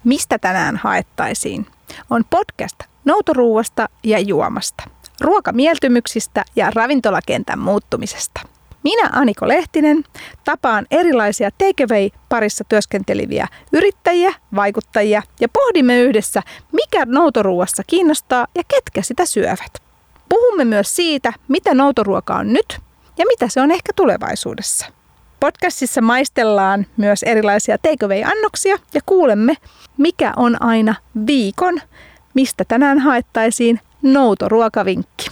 Mistä tänään haettaisiin? On podcast noutoruuasta ja juomasta, ruokamieltymyksistä ja ravintolakentän muuttumisesta. Minä, Aniko Lehtinen, tapaan erilaisia takeaway-parissa työskenteleviä yrittäjiä, vaikuttajia ja pohdimme yhdessä, mikä noutoruuassa kiinnostaa ja ketkä sitä syövät. Puhumme myös siitä, mitä noutoruoka on nyt ja mitä se on ehkä tulevaisuudessa. Podcastissa maistellaan myös erilaisia takeaway-annoksia ja kuulemme, mikä on aina viikon, mistä tänään haettaisiin noutoruokavinkki.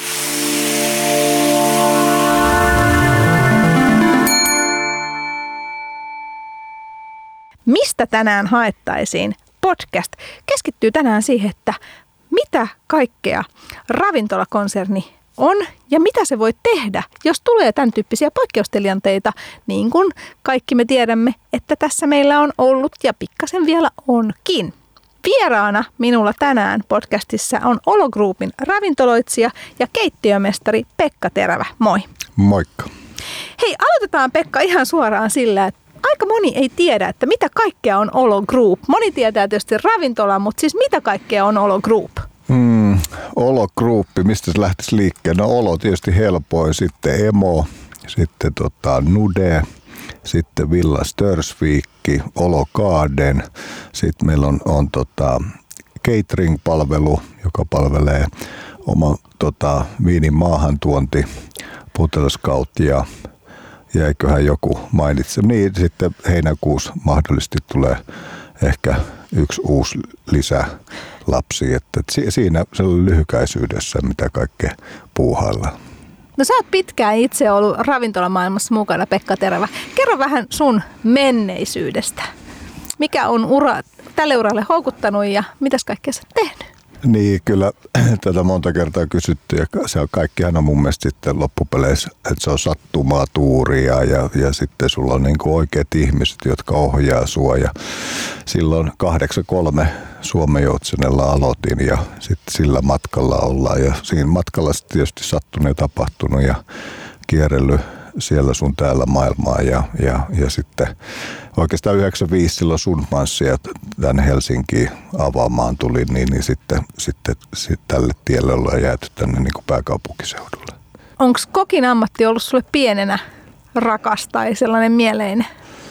Mistä tänään haettaisiin? Podcast keskittyy tänään siihen, että mitä kaikkea ravintolakonserni on ja mitä se voi tehdä, jos tulee tämän tyyppisiä poikkeustilanteita, niin kuin kaikki me tiedämme, että tässä meillä on ollut ja pikkasen vielä onkin. Vieraana minulla tänään podcastissa on Olo Groupin ravintoloitsija ja keittiömestari Pekka Terävä. Moi. Moikka. Hei, aloitetaan Pekka ihan suoraan sillä, että aika moni ei tiedä, että mitä kaikkea on Olo Group. Moni tietää tietysti ravintola, mutta siis mitä kaikkea on Olo Group? Olo Group, mistä se lähtisi liikkeelle? No Olo tietysti helpoin, sitten Emo, sitten Nude, sitten Villa Störsvik, Olo Garden, sitten meillä on catering-palvelu, joka palvelee oma viinin maahantuonti, Putelascout ja jäiköhän joku mainitse. Niin sitten heinäkuussa mahdollisesti tulee ehkä yksi uusi lisälapsi. Että siinä se on lyhykäisyydessä, mitä kaikkea puuhaillaan. No sä oot pitkään itse ollut ravintolamaailmassa mukana, Pekka Terävä. Kerro vähän sun menneisyydestä. Mikä on tälle uralle houkuttanut ja mitäs kaikkea sä oot tehnyt? Niin, kyllä tätä monta kertaa kysytty ja se on kaikkihan on mun mielestä sitten loppupeleissä, että se on sattumaa, tuuria ja sitten sulla on niinku oikeat ihmiset, jotka ohjaa sua ja silloin 83 Suomen Joutsenella aloitin ja sitten sillä matkalla ollaan ja siinä matkalla sitten tietysti sattunut ja tapahtunut ja kierrellyt siellä sun täällä maailmaa ja sitten oikeastaan 95 silloin Sundmanssia tänne Helsinkiin avaamaan tuli, niin sitten tälle tielle ollaan jääty tänne niin kuin pääkaupunkiseudulle. Onko kokin ammatti ollut sulle pienenä rakas tai sellainen mieleinen?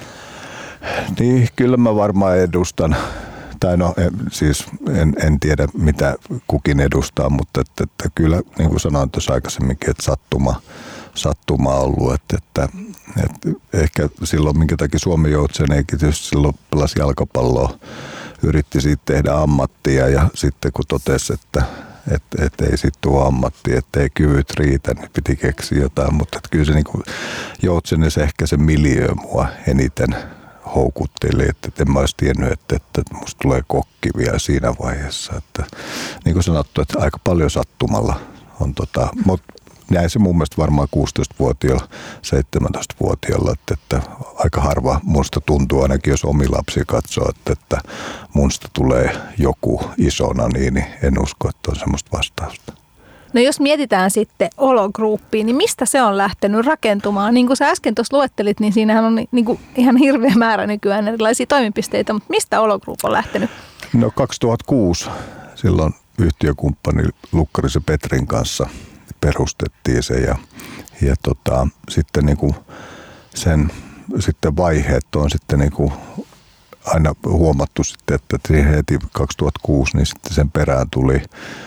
Niin, kyllä mä varmaan edustan. Tai no siis en tiedä mitä kukin edustaa, mutta että kyllä niin kuin sanoin tuossa aikaisemminkin, että sattuma ollut, että ehkä silloin minkä takia Suomen Joutsen eikin tietysti silloin pelasi jalkapalloa, yritti siitä tehdä ammattia ja sitten kun totesi, että ei siitä tule ammattia, että ei kyvyt riitä, niin piti keksiä jotain, mutta kyllä se niin kuin Joutsenissa ehkä se miljöö mua eniten houkutteli, että en mä olisi tiennyt, että musta tulee kokki vielä siinä vaiheessa, että niin kuin sanottu, että aika paljon sattumalla on mutta näin se mun mielestä varmaan 16-vuotiaalla, 17-vuotiaalla, että aika harva musta tuntuu, ainakin jos omi lapsi katsoo, että musta tulee joku isona, niin en usko, että on semmoista vastausta. No jos mietitään sitten Olo Groupia, niin mistä se on lähtenyt rakentumaan? Niin kuin sä äsken tuossa luettelit, niin siinähän on niin kuin ihan hirveä määrä nykyään erilaisia toimipisteitä, mutta mistä Olo Group on lähtenyt? No 2006 silloin yhtiökumppani Lukkarisen Petrin kanssa perustettiin se ja sitten niinku sen sitten vaiheet on sitten niinku aina huomattu sitten, että heti 2006 niin sitten sen perään tuli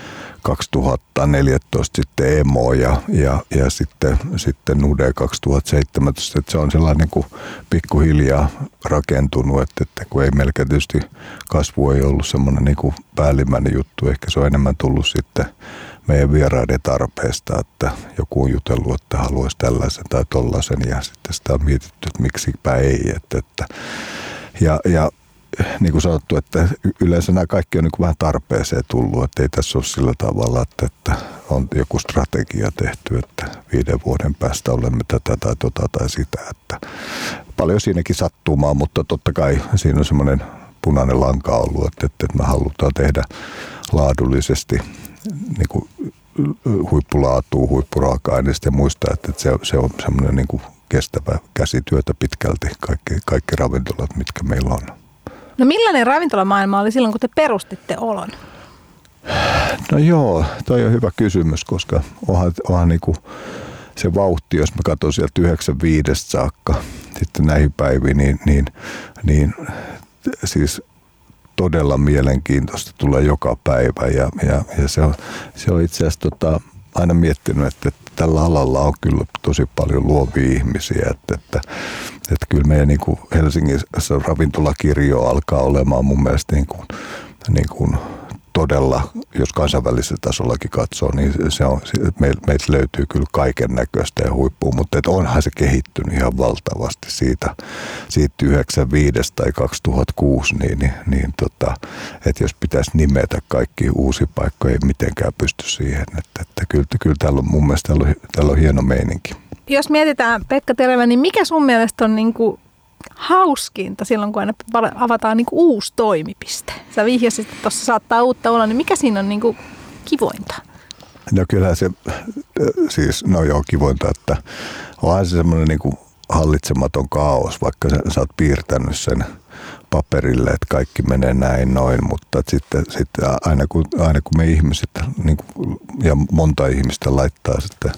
2014 sitten Emo ja sitten Nude 2017, että se on sellainen niin kuin pikkuhiljaa rakentunut, että kun ei melkein tietysti kasvu ei ollut semmoinen niin kuin päällimmäinen juttu, ehkä se on enemmän tullut sitten meidän vieraiden tarpeesta, että joku on jutellut, että haluaisi tällaisen tai tollaisen ja sitten sitä on mietitty, että miksipä ei, ja niin kuin sanottu, että yleensä nämä kaikki on niin kuin vähän tarpeeseen tullut, että ei tässä ole sillä tavalla, että on joku strategia tehty, että 5 vuoden päästä olemme tätä tai tai sitä, että paljon siinäkin sattumaa, mutta totta kai siinä on semmoinen punainen lanka ollut, että me halutaan tehdä laadullisesti niin kuin huippulaatua, huippuraaka-aineista ja muista, että se on semmoinen niin kuin kestävä käsityötä pitkälti kaikki ravintolat, mitkä meillä on. No millainen ravintolamaailma oli silloin, kun te perustitte Olon? No joo, toi on hyvä kysymys, koska onhan niinku se vauhti, jos mä katson sieltä 95 saakka sitten näihin päiviin, niin siis todella mielenkiintoista tulee joka päivä ja se on itse asiassa aina miettinyt, että tällä alalla on kyllä tosi paljon luovia ihmisiä, että kyllä meidän niin kuin Helsingissä ravintolakirjo alkaa olemaan mun mielestä niin kuin todella, jos kansainvälisellä tasollakin katsoo, niin meiltä löytyy kyllä kaiken näköistä ja huippua, mutta onhan se kehittynyt ihan valtavasti siitä 95 tai 2006, että jos pitäisi nimetä kaikki uusia paikkoja, ei mitenkään pysty siihen, että kyllä täällä on mun mielestä täällä on hieno meininki. Jos mietitään, Pekka Terevä, niin mikä sun mielestä on niin kuin hauskinta silloin, kun aina avataan niin kuin uusi toimipiste? Sä vihjasit, että tuossa saattaa uutta olla, niin mikä siinä on niin kuin kivointa? No kyllähän se, siis no joo, kivointa, että onhan se semmoinen niin kuin hallitsematon kaos, vaikka sä oot piirtänyt sen paperille, että kaikki menee näin noin, mutta sitten aina kun me ihmiset niin kuin, ja monta ihmistä laittaa sitten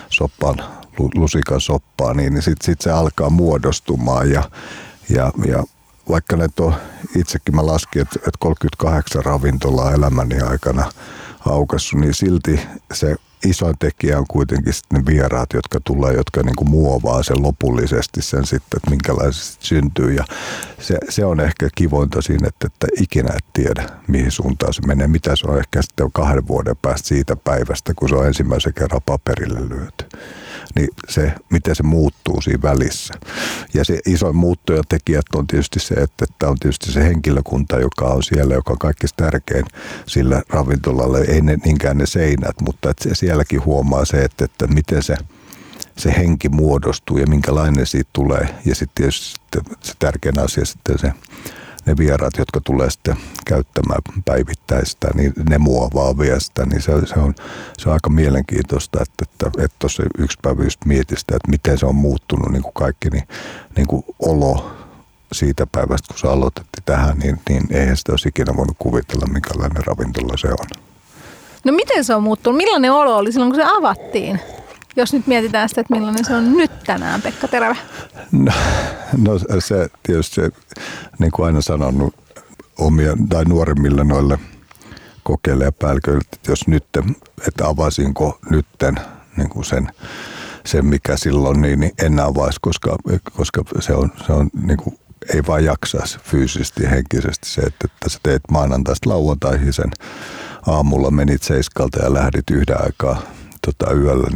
lusikan soppaan, niin sit se alkaa muodostumaan ja vaikka ne itsekin mä laskin, että 38 ravintolaa elämäni aikana aukassut, niin silti se isoin tekijä on kuitenkin sitten ne vieraat, jotka tulee, jotka niin kuin muovaa sen lopullisesti sen sitten, että minkälaisesti syntyy. Ja se on ehkä kivointa siinä, että ikinä et tiedä, mihin suuntaan se menee. Mitä se on ehkä sitten 2 vuoden päästä siitä päivästä, kun se on ensimmäisen kerran paperille lyöty. Niin se, miten se muuttuu siinä välissä. Ja se isoin muuttujatekijät on tietysti se, että on tietysti se henkilökunta, joka on siellä, joka on kaikkein tärkein sillä ravintolalla. Ei niinkään ne seinät, mutta että sielläkin huomaa se, että miten se henki muodostuu ja minkälainen siitä tulee. Ja sitten tietysti se tärkein asia sitten ne vieraat, jotka tulee sitten käyttämään päivittäistä, niin ne muovaa vielä sitä, niin se on aika mielenkiintoista, että tuossa yksi päivä just mietin sitä, että miten se on muuttunut niin kuin kaikki, niin kuin olo siitä päivästä, kun se aloitettiin tähän, niin eihän sitä olisi ikinä voinut kuvitella, minkälainen ravintola se on. No miten se on muuttunut? Millainen olo oli silloin, kun se avattiin? Jos nyt mietitään sitä, että millainen se on nyt tänään, Pekka Terevä? No se tietysti, niin kuin aina sanonut omia tai nuoremmille noille kokeilijapälköille, että jos nyt, että avasinko nytten niin kuin sen mikä silloin, niin en avaisi, koska se on niin kuin, ei vaan jaksaisi fyysisesti ja henkisesti se, että sä teet maanantaista lauantaihin sen aamulla, menit 7 ja lähdit 1 aikaa yöllä,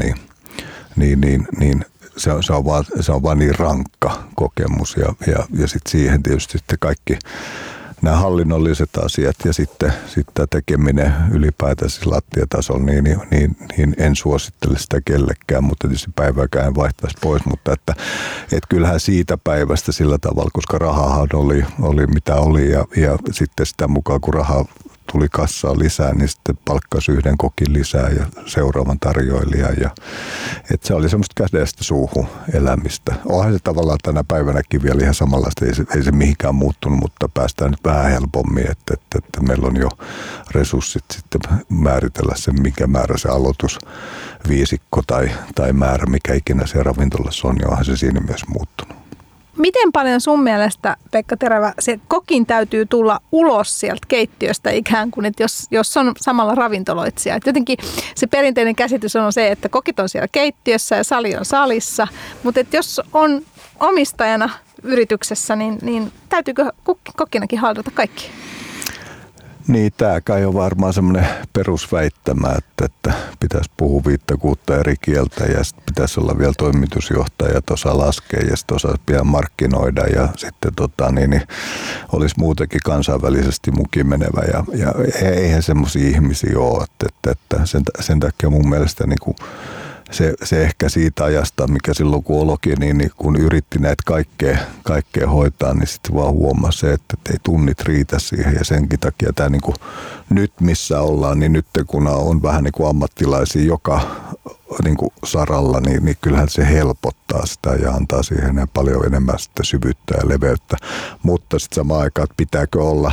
niin se on vaan niin rankka kokemus ja sitten siihen tietysti kaikki nämä hallinnolliset asiat ja sitten tekeminen ylipäätänsä lattiatasolla, niin en suosittele sitä kellekään, mutta tietysti päivääkään vaihtaisi pois, mutta että kyllähän siitä päivästä sillä tavalla, koska rahahan oli mitä oli ja sitten sitä mukaan kun rahaa tuli kassaa lisää, niin sitten palkkasi 1 kokin lisää ja seuraavan tarjoilijan. Ja, että se oli semmoista kädestä suuhun elämistä. Onhan se tavallaan tänä päivänäkin vielä ihan samanlaista, ei se mihinkään muuttunut, mutta päästään nyt vähän helpommin, että meillä on jo resurssit sitten määritellä sen, mikä määrä se aloitusviisikko tai määrä, mikä ikinä se ravintolassa on, niin onhan se siinä myös muuttunut. Miten paljon sun mielestä, Pekka Terevä, se kokin täytyy tulla ulos sieltä keittiöstä ikään kuin, että jos on samalla ravintoloitsija? Että jotenkin se perinteinen käsitys on se, että kokit on siellä keittiössä ja sali on salissa, mutta että jos on omistajana yrityksessä, niin täytyykö kokkinakin hallita kaikki? Niin, tämä kai on varmaan semmoinen perusväittämä, että pitäisi puhua 5-6 eri kieltä ja sitten pitäisi olla vielä toimitusjohtaja, että osaa laskea ja sitten osaa pian markkinoida ja sitten niin olisi muutenkin kansainvälisesti mukin menevä ja eihän semmoisia ihmisiä ole, että sen takia mun mielestä niin kuin se ehkä siitä ajasta, mikä silloin kun olokin, niin kun yritti näitä kaikkea hoitaa, niin sitten vaan huomasi se, että ei tunnit riitä siihen. Ja senkin takia tämä niin kuin nyt missä ollaan, niin nyt kun on vähän niin kuin ammattilaisia joka niin kuin saralla, niin kyllähän se helpottaa sitä ja antaa siihen paljon enemmän sitten syvyyttä ja leveyttä. Mutta sitten samaan aikaan, että pitääkö olla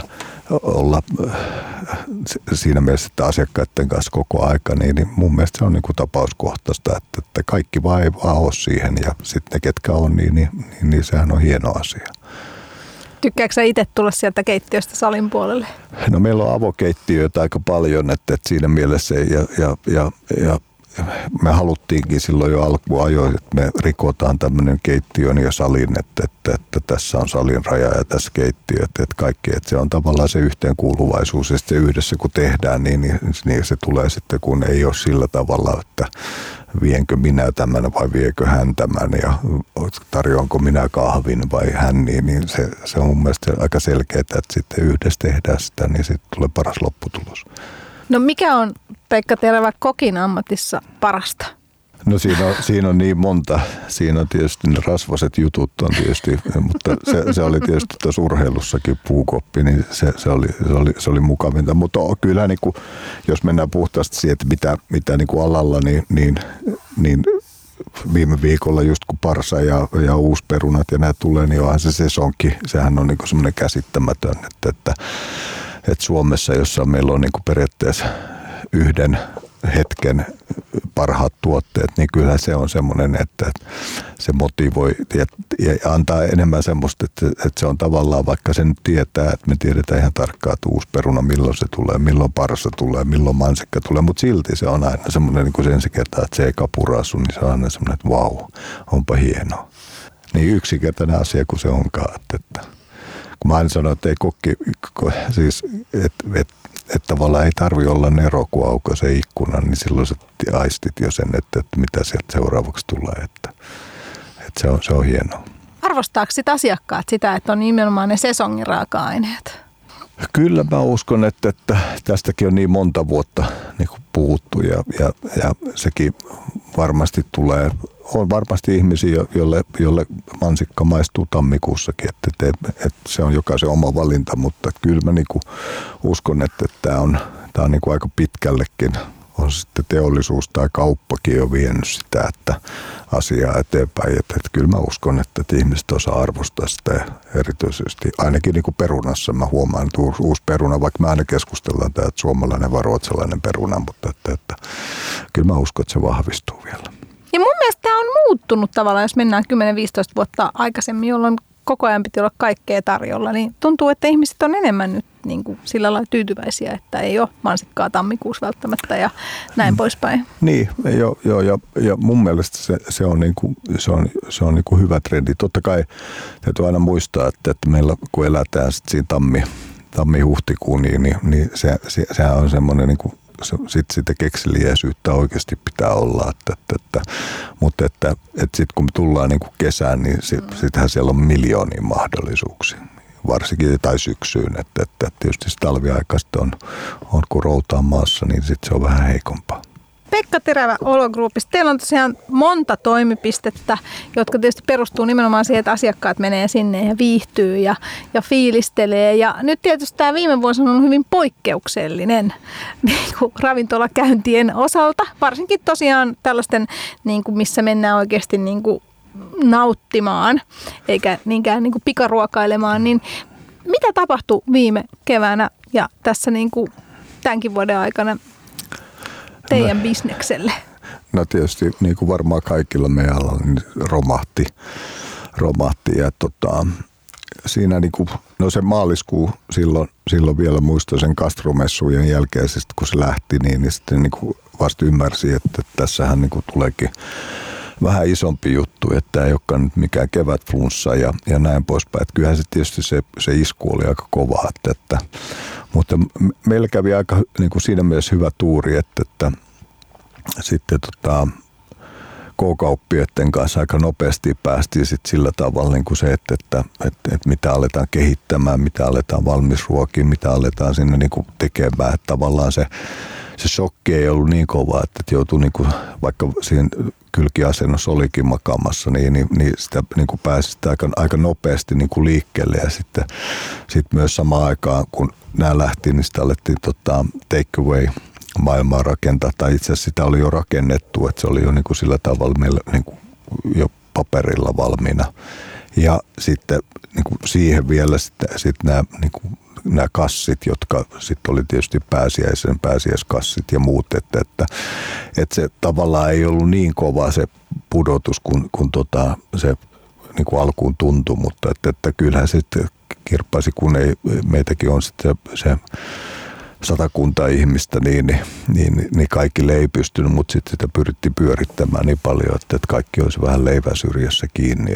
siinä mielessä, että asiakkaiden kanssa koko aika, niin mun mielestä se on niin kuin tapauskohtaista, että kaikki vaan ei vaan ole siihen ja sitten ne, ketkä on, niin sehän on hieno asia. Tykkääkö sä itse tulla sieltä keittiöstä salin puolelle? No meillä on avokeittiöitä aika paljon, että siinä mielessä ja me haluttiinkin silloin jo alkuajoin, että me rikotaan tämmöinen keittiön ja salin, että tässä on salin raja ja tässä keittiö, että kaikki, että se on tavallaan se yhteenkuuluvaisuus ja sitten se yhdessä kun tehdään, niin se tulee sitten kun ei ole sillä tavalla, että vienkö minä tämän vai viekö hän tämän ja tarjoanko minä kahvin vai hän, niin se on mun mielestä aika selkeää, että sitten yhdessä tehdään sitä, niin sitten tulee paras lopputulos. No mikä on, Pekka Terevä, kokin ammatissa parasta? No siinä on niin monta. Siinä on tietysti ne rasvaset jutut on tietysti, mutta se oli tietysti tuossa urheilussakin puukoppi, niin se oli mukavinta. Mutta kyllä niin kuin, jos mennään puhtaasti siihen, että mitä niin kuin alalla, niin viime viikolla just kun parsa ja uusperunat ja nämä tulee, niin onhan se sesonki. Sehän on niin kuin semmoinen käsittämätön, että Suomessa, jossa meillä on niin kuin periaatteessa yhden hetken parhaat tuotteet, niin kyllä se on semmoinen, että se motivoi ja antaa enemmän semmoista, että se on tavallaan, vaikka se nyt tietää, että me tiedetään ihan tarkkaan, että uusi peruna, milloin se tulee, milloin parsa tulee, milloin mansikka tulee, mutta silti se on aina semmoinen, niin kuin se ensi kertaa, että se ei kapuraasu, niin se on aina semmoinen, että vau, onpa hienoa. Niin yksinkertainen asia kuin se onkaan, että kun mä aina sanon, että ei kokki, siis että tavallaan ei tarvitse olla nero, kun aukaisee ikkunan, niin silloin sä aistit jo sen, että mitä sieltä seuraavaksi tulee, että se on hienoa. Arvostaako sit asiakkaat sitä, että on nimenomaan ne sesongin raaka-aineet? Kyllä mä uskon, että tästäkin on niin monta vuotta niin kuin puhuttu ja sekin varmasti tulee. On varmasti ihmisiä, jolle mansikka maistuu tammikuussakin, että se on jokaisen oma valinta, mutta kyllä mä niin kuin uskon, että tämä on niin kuin aika pitkällekin. On sitten teollisuus tai kauppakin jo vienyt sitä että asiaa eteenpäin. Että kyllä mä uskon, että ihmiset osaa arvostaa sitä erityisesti. Ainakin niin kuin perunassa mä huomaan, että uusi peruna, vaikka me aina keskustellaan tämä, että suomalainen vai ruotsalainen peruna, mutta että kyllä mä uskon, että se vahvistuu vielä. Ja mun mielestä tämä on muuttunut tavallaan, jos mennään 10-15 vuotta aikaisemmin, jolloin koko ajan piti olla kaikkea tarjolla, niin tuntuu, että ihmiset on enemmän nyt niin kuin sillä lailla tyytyväisiä, että ei ole mansikkaa tammikuussa välttämättä ja näin poispäin. Niin, joo, ja mun mielestä se on niin kuin hyvä trendi. Totta kai täytyy aina muistaa, että meillä kun elätään sit siinä tammi-huhtikuun, niin sehän on semmoinen niin kuin sitten sitä kekseliäisyyttä oikeasti pitää olla, mutta sitten kun me tullaan niin kuin kesään, niin sittenhän siellä on miljoonia mahdollisuuksia, varsinkin tai syksyyn, että tietysti talviaikaista on kun routaan maassa, niin sitten se on vähän heikompaa. Pekka Terevä Olo Groupista. Teillä on tosiaan monta toimipistettä, jotka tietysti perustuu nimenomaan siihen, että asiakkaat menee sinne ja viihtyy ja fiilistelee. Ja nyt tietysti tämä viime vuosi on hyvin poikkeuksellinen niin kuin ravintolakäyntien osalta. Varsinkin tosiaan tällaisten, niin kuin missä mennään oikeasti niin kuin nauttimaan, eikä niinkään niin kuin pikaruokailemaan. Niin mitä tapahtui viime keväänä ja tässä niin kuin tämänkin vuoden aikana teidän bisnekselle? No tietysti niin kuin varmaan kaikilla meidän alalla niin romahti ja siinä niin kuin, no se maaliskuu silloin vielä muistan sen gastromessujen jälkeen, kun se lähti, niin sitten niin kuin vasta ymmärsi, että tässähän niin kuin tuleekin vähän isompi juttu, että ei olekaan nyt mikään kevätflunssa ja näin poispäin. Että kyllähän se tietysti se isku oli aika kova, mutta meillä kävi aika niin kuin siinä mielessä hyvä tuuri, että sitten K-kauppiaiden kanssa aika nopeasti päästiin sitten sillä tavalla niin kuin se, että mitä aletaan kehittämään, mitä aletaan valmisruokiin, mitä aletaan sinne niin kuin tekemään. Että tavallaan se se shokki ei ollut niin kova, että joutui niin kuin, vaikka siinä kylkiasennossa olikin makaamassa, niin sitä niin kuin pääsi sitä aika nopeasti niin kuin liikkeelle. Ja sitten myös samaan aikaan, kun nämä lähti, niin sitä alettiin take away maailmaa rakentaa. Tai itse asiassa sitä oli jo rakennettu, että se oli jo niin kuin sillä tavalla meillä niin kuin jo paperilla valmiina. Ja sitten niin kuin siihen vielä sitten nämä niin kuin nämä kassit, jotka sitten oli tietysti pääsiäiskassit ja muut, että se tavallaan ei ollut niin kova se pudotus kun se niin kuin alkuun tuntui, mutta että kyllähän se sitten kirppasi, kun ei, meitäkin on sitten se 100 ihmistä, niin kaikille ei pystynyt, mutta sitten sitä pyrittiin pyörittämään niin paljon, että kaikki olisi vähän leiväsyrjässä kiinni,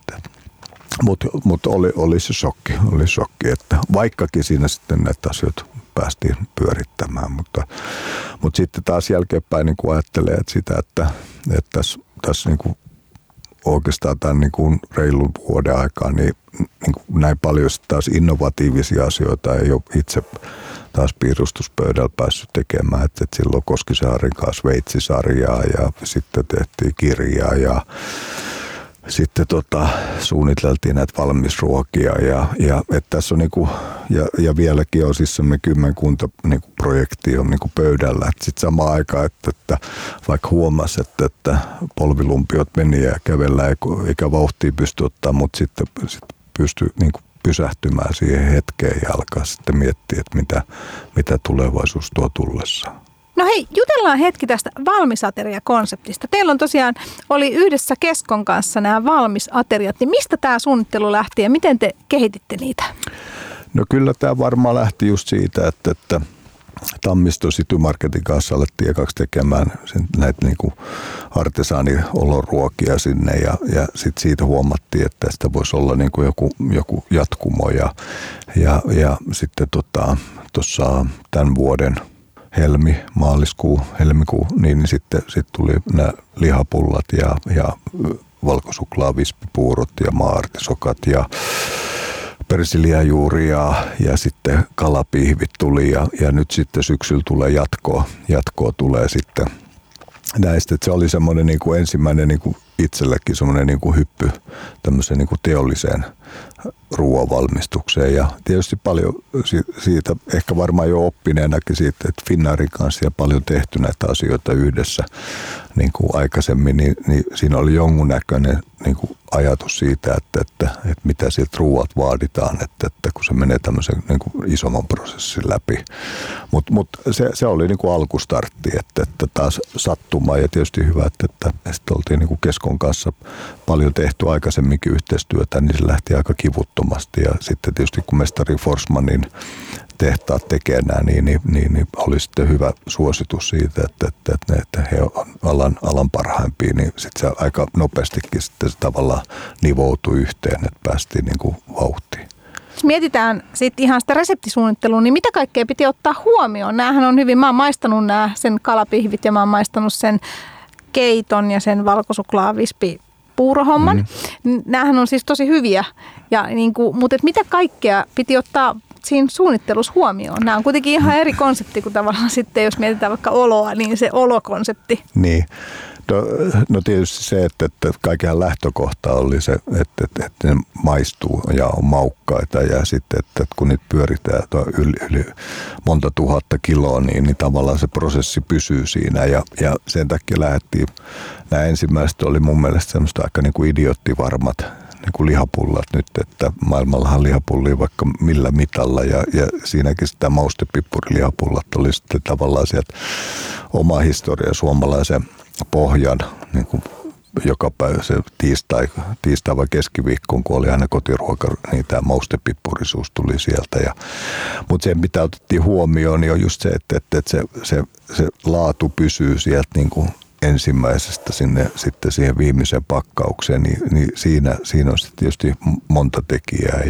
Mutta oli se shokki, että vaikkakin siinä sitten näitä asioita päästiin pyörittämään, mutta sitten taas jälkeenpäin niin kuin ajattelee, että sitä, että tässä niin kuin oikeastaan tämän niin kuin reilun vuoden aikaa niin kuin näin paljon taas innovatiivisia asioita ei ole itse taas piirustuspöydällä päässyt tekemään, että silloin Koskisen-Harrin kanssa Sveitsi-sarjaa ja sitten tehtiin kirjaa ja sitten suunniteltiin näitä valmisruokia ja että tässä on niinku, ja vieläkin on siis semmoinen 10 niinku projekti on niinku pöydällä. Sitten samaan aikaan, että vaikka huomasi, että polvilumpiot meni ja kävellä eikä vauhtia pysty ottaa, mutta sitten pystyi niinku pysähtymään siihen hetkeen ja alkaa sitten miettiä, että mitä tulevaisuus tuo tullessaan. No hei, jutellaan hetki tästä valmisateriakonseptista. Teillä on tosiaan, oli yhdessä Keskon kanssa nämä valmisateriat, niin mistä tämä suunnittelu lähti ja miten te kehititte niitä? No kyllä tämä varmaan lähti just siitä, että Tammisto City Marketin kanssa alettiin ekaksi tekemään näitä niinku artesaanioloruokia sinne ja sitten siitä huomattiin, että tästä voisi olla niinku joku jatkumo ja sitten tuossa tämän vuoden helmikuu, niin sitten tuli nämä lihapullat ja valkosuklaavispipuurot ja maa-artisokat ja persiliajuuri ja sitten kalapihvit tuli ja nyt sitten syksyllä tulee jatkoa tulee sitten näistä. Että se oli semmoinen niin kuin ensimmäinen niin kuin itsellekin semmoinen niin kuin hyppy tämmöiseen niin kuin teolliseen ruoanvalmistukseen ja tietysti paljon siitä, ehkä varmaan jo oppineenakin siitä, että Finnairin kanssa ja paljon tehty näitä asioita yhdessä niin kuin aikaisemmin, niin siinä oli jonkunnäköinen niin kuin ajatus siitä, että mitä siltä ruuat vaaditaan, että kun se menee tämmöisen niin kuin isomman prosessin läpi. Mutta se oli niin kuin alkustartti, että taas sattumaa ja tietysti hyvä, että sitten oltiin niin kuin Keskon kanssa paljon tehty aikaisemminkin yhteistyötä, niin se lähti aika kivuttomasti ja sitten tietysti kun mestari Forsmanin tehtaat tekee nämä, niin oli sitten hyvä suositus siitä, että he on alan parhaimpia, niin sitten se aika nopeastikin sitten se tavallaan nivoutui yhteen, että päästiin niin kuin vauhtiin. Jos mietitään sitten ihan sitä reseptisuunnittelua, niin mitä kaikkea piti ottaa huomioon? Nämähän on hyvin, mä oon maistanut sen kalapihvit ja mä oon maistanut sen keiton ja sen valkosuklaavispipuurohomman. Nämähän on siis tosi hyviä, mutta mitä kaikkea piti ottaa siinä suunnittelussa huomioon? Nämä on kuitenkin ihan eri konsepti kuin tavallaan sitten, jos mietitään vaikka oloa, niin se olokonsepti. Niin. No tietysti se, että kaiken lähtökohta oli se, että ne maistuu ja on maukkaita ja sitten, että kun niitä pyöritään yli monta tuhatta kiloa, niin tavallaan se prosessi pysyy siinä ja sen takia lähdettiin. Nämä ensimmäiset oli mun mielestä semmoista aika niin kuin idioottivarmat niin kuin lihapullat nyt, että maailmallahan lihapullia vaikka millä mitalla ja siinäkin sitä maustepippuri-lihapullat oli sitten tavallaan sieltä oma historia suomalaisen pohjan niin kuin joka päivä se tiistai vai keskiviikkoon, kun oli aina kotiruoka, niin tämä maustepippurisuus tuli sieltä. Mutta se, mitä otettiin huomioon, niin on just se, että se laatu pysyy sieltä niin kuin ensimmäisestä sitten siihen viimeiseen pakkaukseen, niin siinä on sitten tietysti monta tekijää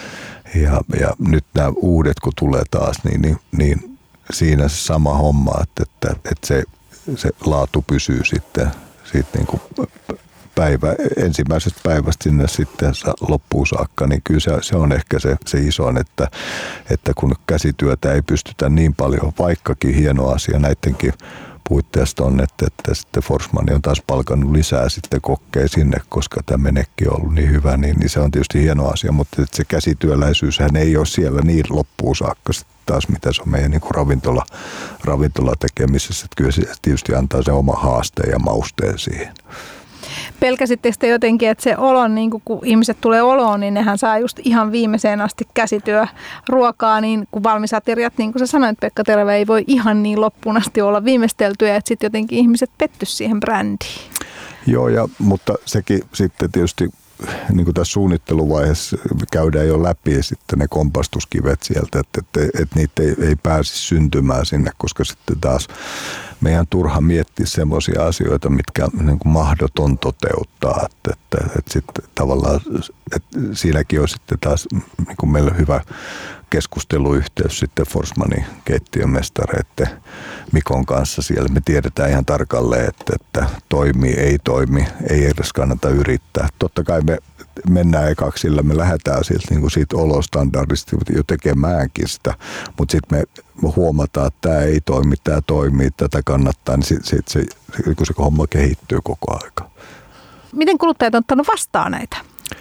ja nyt nämä uudet kun tulee taas, niin siinä se sama homma, että se laatu pysyy sitten niin kuin ensimmäisestä päivästä sinne sitten loppuun saakka, niin kyllä se on ehkä se isoin, että kun käsityötä ei pystytä niin paljon, vaikkakin hieno asia näidenkin puitteista on, että sitten Forsman on taas palkannut lisää sitten kokkeja sinne, koska tämä menekki on ollut niin hyvä, niin se on tietysti hieno asia, mutta se käsityöläisyyshän ei ole siellä niin loppuun saakka taas, mitä se on meidän niin kuin ravintola tekemisessä, että kyllä se tietysti antaa se oma haasteen ja mausteen siihen. Pelkäsittekö te jotenkin, että se olo, niin kun ihmiset tulee oloon, niin nehän saa just ihan viimeiseen asti käsityöruokaa, niin kuin valmisateriat, niin kuin sä sanoit, Pekka Terävä, ei voi ihan niin loppuun asti olla viimeisteltyä, että sitten jotenkin ihmiset pettyisi siihen brändiin. Joo, mutta sekin sitten tietysti niin kuin tässä suunnitteluvaiheessa käydään jo läpi sitten ne kompastuskivet sieltä, että niitä ei pääsisi syntymään sinne, koska sitten taas meidän turha miettiä semmoisia asioita, mitkä on niin kuin mahdoton toteuttaa. Että sitten tavallaan että siinäkin on sitten taas niin kuin meillä hyvä keskusteluyhteys sitten Forsmanin keittiömestareiden Mikon kanssa siellä. Me tiedetään ihan tarkalleen, että toimii, ei toimi, ei edes kannata yrittää. Totta kai me mennään ekaksi sillä, me lähdetään siitä olostandardista jo tekemäänkin sitä, mutta sitten me huomataan, että tämä ei toimi, tämä toimii, tätä kannattaa, niin sitten se homma kehittyy koko aika. Miten kuluttajat on ottanut vastaan näitä?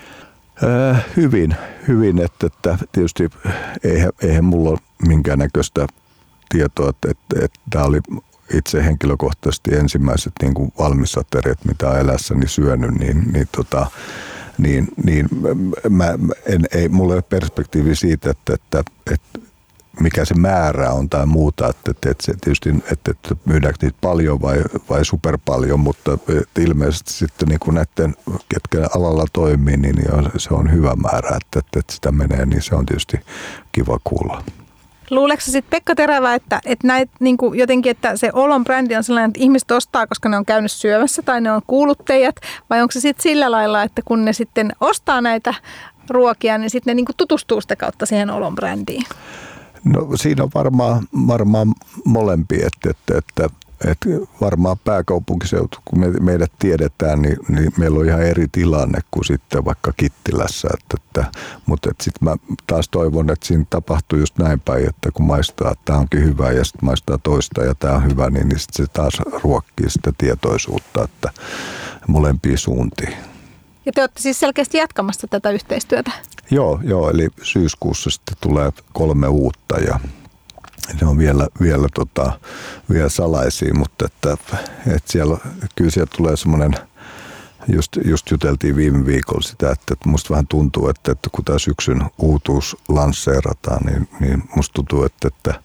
Hyvin, että tietysti eihän mulla ole minkäännäköistä tietoa, että tämä oli itse henkilökohtaisesti ensimmäiset niin kuin valmisateriat, mitä olen elässäni syönyt, mulla ei ole perspektiivi siitä, että mikä se määrä on tai muuta, että se tietysti, että myydäänkö niitä paljon vai super paljon, mutta ilmeisesti sitten niin kuin näiden, ketkä alalla toimii, niin se on hyvä määrä, että sitä menee, niin se on tietysti kiva kuulla. Luuleeko sitten Pekka Terävä, että näitä niin kuin jotenkin, että se Olon brändi on sellainen, että ihmiset ostaa, koska ne on käynyt syömässä tai ne on kuullut teidät, vai onko se sitten sillä lailla, että kun ne sitten ostaa näitä ruokia, niin sitten ne niin kuin tutustuu sitä kautta siihen Olon brändiin? No siinä on varmaan molempia, että varmaan pääkaupunkiseutu, kun meidät tiedetään, niin meillä on ihan eri tilanne kuin sitten vaikka Kittilässä. Mutta sitten mä taas toivon, että siinä tapahtuu just näin päin, että kun maistaa, että tämä onkin hyvä ja sitten maistaa toista ja tämä on hyvä, niin sitten se taas ruokkii sitä tietoisuutta, että molempia suuntiin. Ja te olette siis selkeästi jatkamassa tätä yhteistyötä? Joo, eli syyskuussa sitten tulee 3 uutta ja ne on vielä salaisia, mutta että siellä tulee semmoinen, just juteltiin viime viikolla sitä, että musta vähän tuntuu, että kun tämä syksyn uutuus lansseerataan, niin musta tuntuu, että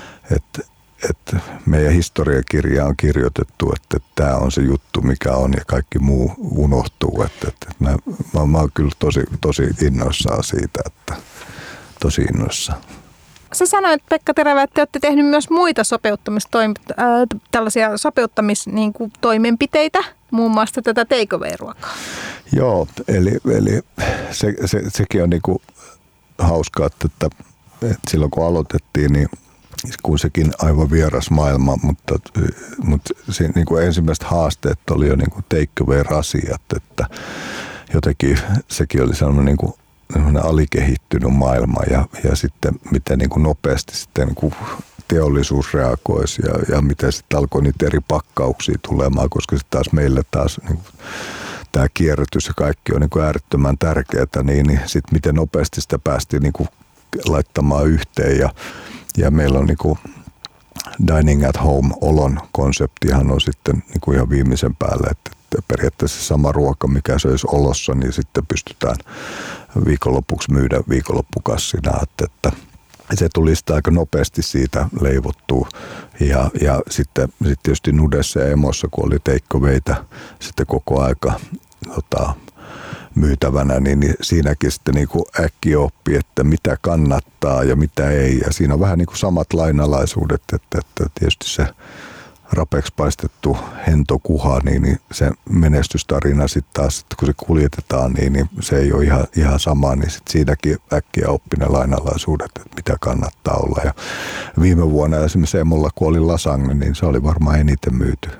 meidän historiakirja on kirjoitettu, että tämä on se juttu, mikä on ja kaikki muu unohtuu. Mä oon kyllä tosi innoissaan siitä, että tosi innoissaan. Sä sanoit, Pekka Terävä, että te olette tehnyt myös muita tällaisia sopeuttamistoimenpiteitä, muun muassa tätä take away-ruokaa. Joo, eli sekin on niinku hauskaa, että silloin kun aloitettiin, niin kun sekin aivan vieras maailma, mutta se, niin kuin ensimmäiset haasteet oli jo niin kuin take away-rasiat, että jotenkin sekin oli sellainen niin kuin alikehittynyt maailma ja sitten miten niin kuin nopeasti sitten niin kuin teollisuus reagoisi ja miten sitten alkoi niitä eri pakkauksia tulemaan, koska sitten taas meille niin kuin tämä kierrätys ja kaikki on niin kuin äärettömän tärkeää, niin sitten miten nopeasti sitä päästiin niin kuin laittamaan yhteen ja meillä on niinku dining at home -olon konseptihan on sitten niinku ihan viimeisen päälle, että periaatteessa sama ruoka, mikä se olisi olossa, niin sitten pystytään viikonlopuksi myydä viikonloppukassina, että se tuli sitä aika nopeasti siitä leivottua ja sitten tietysti Nudessa ja Emossa, kun oli take-awaytä sitten koko aika myytävänä, niin siinäkin sitten niin kuin äkkiä oppi, että mitä kannattaa ja mitä ei. Ja siinä on vähän niin kuin samat lainalaisuudet, että tietysti se rapeeksi paistettu hentokuha, niin se menestystarina sitten taas, että kun se kuljetetaan, niin se ei ole ihan sama, niin sitten siinäkin äkkiä oppi ne lainalaisuudet, että mitä kannattaa olla. Ja viime vuonna esimerkiksi Emolla, kun oli lasagne, niin se oli varmaan eniten myyty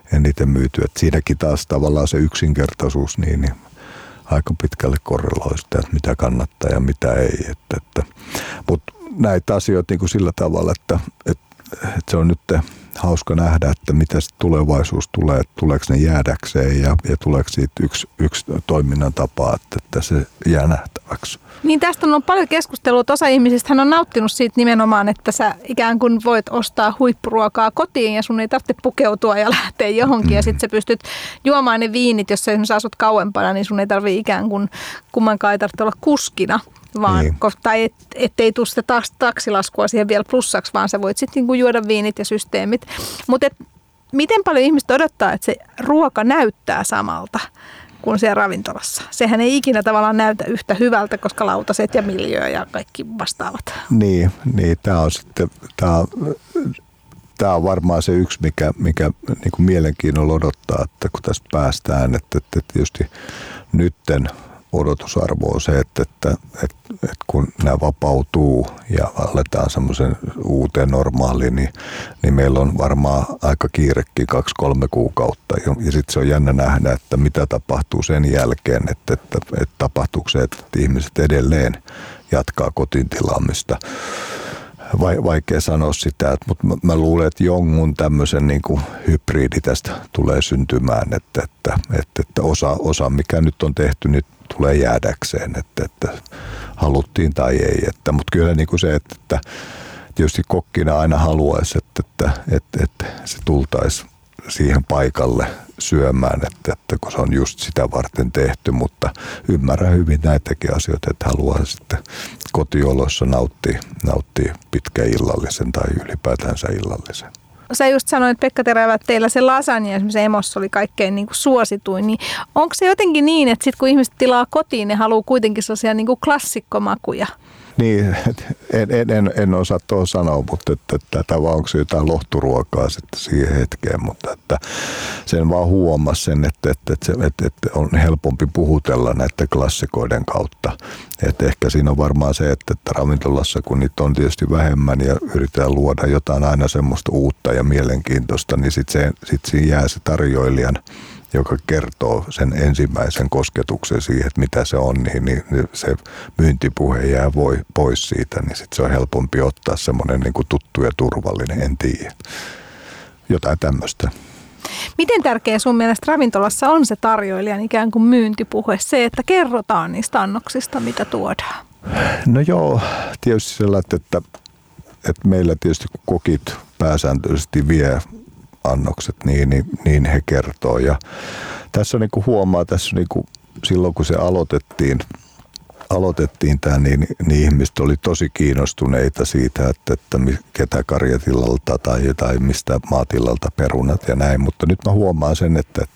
eniten myyty. Et siinäkin taas tavallaan se yksinkertaisuus niin aika pitkälle korreloi sitä, että mitä kannattaa ja mitä ei. Mutta näitä asioita niin kuin sillä tavalla, että se on nyt hauska nähdä, että mitä tulevaisuus tulee, että tuleeko ne jäädäkseen ja tuleeko siitä yksi toiminnan tapa, että se jää nähtäväksi. Niin tästä on ollut paljon keskustelua, että osa ihmisistä on nauttinut siitä nimenomaan, että sä ikään kuin voit ostaa huippuruokaa kotiin ja sun ei tarvitse pukeutua ja lähteä johonkin ja sitten sä pystyt juomaan ne viinit, jos sä esimerkiksi asut kauempana, niin sun ei tarvitse ikään kuin kummankaan ei tarvitse olla kuskina. Vaan, niin. Tai ettei tule sitä taksilaskua siihen vielä plussaksi, vaan sä voit sitten niinku juoda viinit ja systeemit. Mutta miten paljon ihmiset odottaa, että se ruoka näyttää samalta kuin siellä ravintolassa? Sehän ei ikinä tavallaan näytä yhtä hyvältä, koska lautaset ja miljöö ja kaikki vastaavat. Niin tämä on varmaan se yksi, mikä niin kuin mielenkiinnolla odottaa, että kun tästä päästään, että tietysti nytten odotusarvo on se, että kun nämä vapautuu ja aletaan semmoisen uuteen normaaliin, niin meillä on varmaan aika kiirekin 2-3 kuukautta. Ja sitten se on jännä nähdä, että mitä tapahtuu sen jälkeen, että tapahtuuko se, että ihmiset edelleen jatkaa kotiin tilaamista. Vaikea sanoa sitä, mutta mä luulen, että jonkun tämmöisen niin kuin hybridi tästä tulee syntymään, että osa mikä nyt on tehty, nyt tulee jäädäkseen, että haluttiin tai ei. Mutta kyllä niin kuin se, että tietysti kokkina aina haluaisi, että se tultaisi siihen paikalle syömään, että kun se on just sitä varten tehty, mutta ymmärrän hyvin näitäkin asioita, että haluaa sitten kotioloissa nauttia pitkän illallisen tai ylipäätänsä illallisen. Sä just sanoit, Pekka Terävä, että teillä se lasagne esimerkiksi Emossa oli kaikkein niin kuin suosituin, niin onko se jotenkin niin, että sit kun ihmiset tilaa kotiin, ne haluaa kuitenkin sellaisia niin kuin klassikkomakuja? Niin, en osaa tuohon sanoa, mutta että vaan onko se jotain lohturuokaa sitten siihen hetkeen, mutta että sen vaan huomasi sen, että on helpompi puhutella näiden klassikoiden kautta. Että ehkä siinä on varmaan se, että ravintolassa kun niitä on tietysti vähemmän ja yritetään luoda jotain aina semmoista uutta ja mielenkiintoista, niin sitten siinä jää se tarjoilijan, joka kertoo sen ensimmäisen kosketuksen siihen, että mitä se on, niin se myyntipuhe jää pois siitä, niin sitten se on helpompi ottaa semmoinen niin kuin tuttu ja turvallinen, en tiedä. Jotain tämmöistä. Miten tärkeä sun mielestä ravintolassa on se tarjoilijan ikään kuin myyntipuhe, se, että kerrotaan niistä annoksista, mitä tuodaan? No joo, tietysti sellainen, että meillä tietysti kun kokit pääsääntöisesti vie annokset, niin he kertoo. Ja tässä on niin kuin huomaa, tässä niin kuin silloin kun se aloitettiin tämä, niin ihmiset oli tosi kiinnostuneita siitä, että ketä karjatilalta tai mistä maatilalta perunat ja näin. Mutta nyt mä huomaan sen, että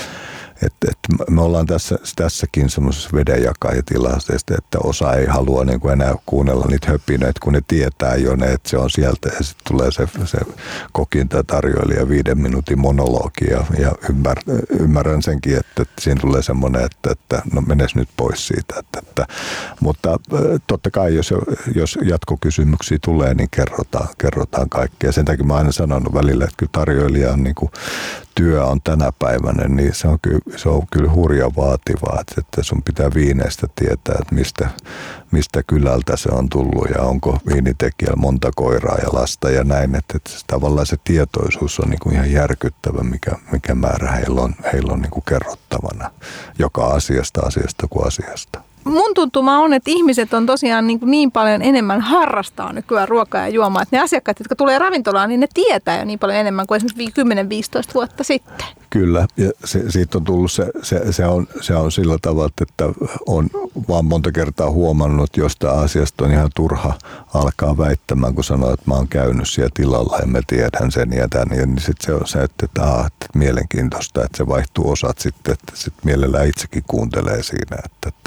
me ollaan tässäkin semmoisessa vedenjakajatilanteessa, että osa ei halua niin kuin enää kuunnella niitä höpinöitä, kun ne tietää jo ne, että se on sieltä ja sitten tulee se kokin tai tarjoilija 5 minuutin monologi ja ymmärrän senkin, että siinä tulee semmoinen, että no menes nyt pois siitä. Mutta totta kai, jos jatkokysymyksiä tulee, niin kerrotaan kaikkea. Sen takia mä aina sanonut välillä, että kyllä tarjoilijan niin kuin työ on tänä päivänä, niin se on kyllä hurja vaativaa, että sun pitää viineistä tietää, että mistä kylältä se on tullut ja onko viinitekijällä monta koiraa ja lasta ja näin, että tavallaan se tietoisuus on niin kuin ihan järkyttävä, mikä määrä heillä on niin kuin kerrottavana joka asiasta kuin asiasta. Mun tuntuma on, että ihmiset on tosiaan niin paljon enemmän harrastaa nykyään ruokaa ja juomaa, että ne asiakkaat, jotka tulee ravintolaan, niin ne tietää jo niin paljon enemmän kuin esimerkiksi 10-15 vuotta sitten. Kyllä, ja siitä on tullut se on sillä tavalla, että on vaan monta kertaa huomannut, että jostain asiasta on ihan turha alkaa väittämään, kun sanoo, että mä oon käynyt siellä tilalla ja mä tiedän sen ja tämän. Ja niin sitten se on se, että mielenkiintoista, että se vaihtuu osat sitten, että sitten mielellään itsekin kuuntelee siinä.